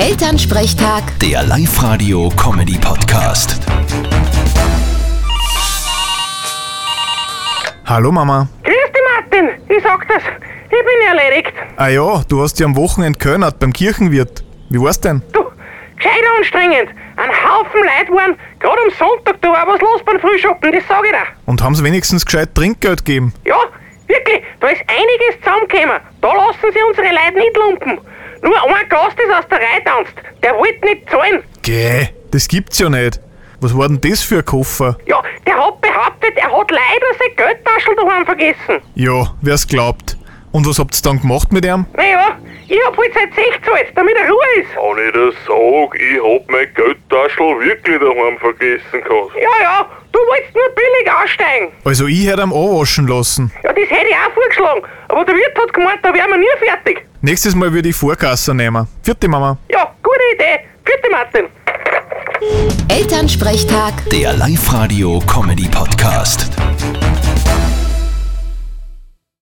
Elternsprechtag, Der Live-Radio-Comedy-Podcast. Hallo Mama. Grüß dich, Martin. Ich sag das. Ich bin erledigt. Ah ja, du hast ja am Wochenende gehört beim Kirchenwirt. Wie war's denn? Du, gescheit anstrengend. Ein Haufen Leute waren. Gerade am Sonntag, da war was los beim Frühschoppen, das sag ich dir. Und haben sie wenigstens gescheit Trinkgeld gegeben? Ja, wirklich, da ist einiges zusammengekommen. Da lassen sie unsere Leute nicht lumpen. Nur ein Gast ist aus der Reihe tanzt. Der wollte nicht zahlen. Gäh, das gibt's ja nicht. Was war denn das für ein Koffer? Ja, der hat behauptet, er hat leider sein Geldtaschel daheim vergessen. Ja, wer's glaubt. Und was habt's dann gemacht mit ihm? Naja, ich hab halt seit 6 gezahlt, damit er Ruhe ist. Wenn ich das sag, ich hab mein Geldtaschel wirklich daheim vergessen gehabt. Ja, du wolltest nur billig aussteigen. Also ich hätte ihn anwaschen lassen. Ja, das hätte ich auch vorgeschlagen. Aber der Wirt hat gemeint, da wären wir nie fertig. Nächstes Mal würde ich Vorkasse nehmen. Vierte Mama. Ja, gute Idee. Vierte Martin. Elternsprechtag. Der Live-Radio-Comedy-Podcast.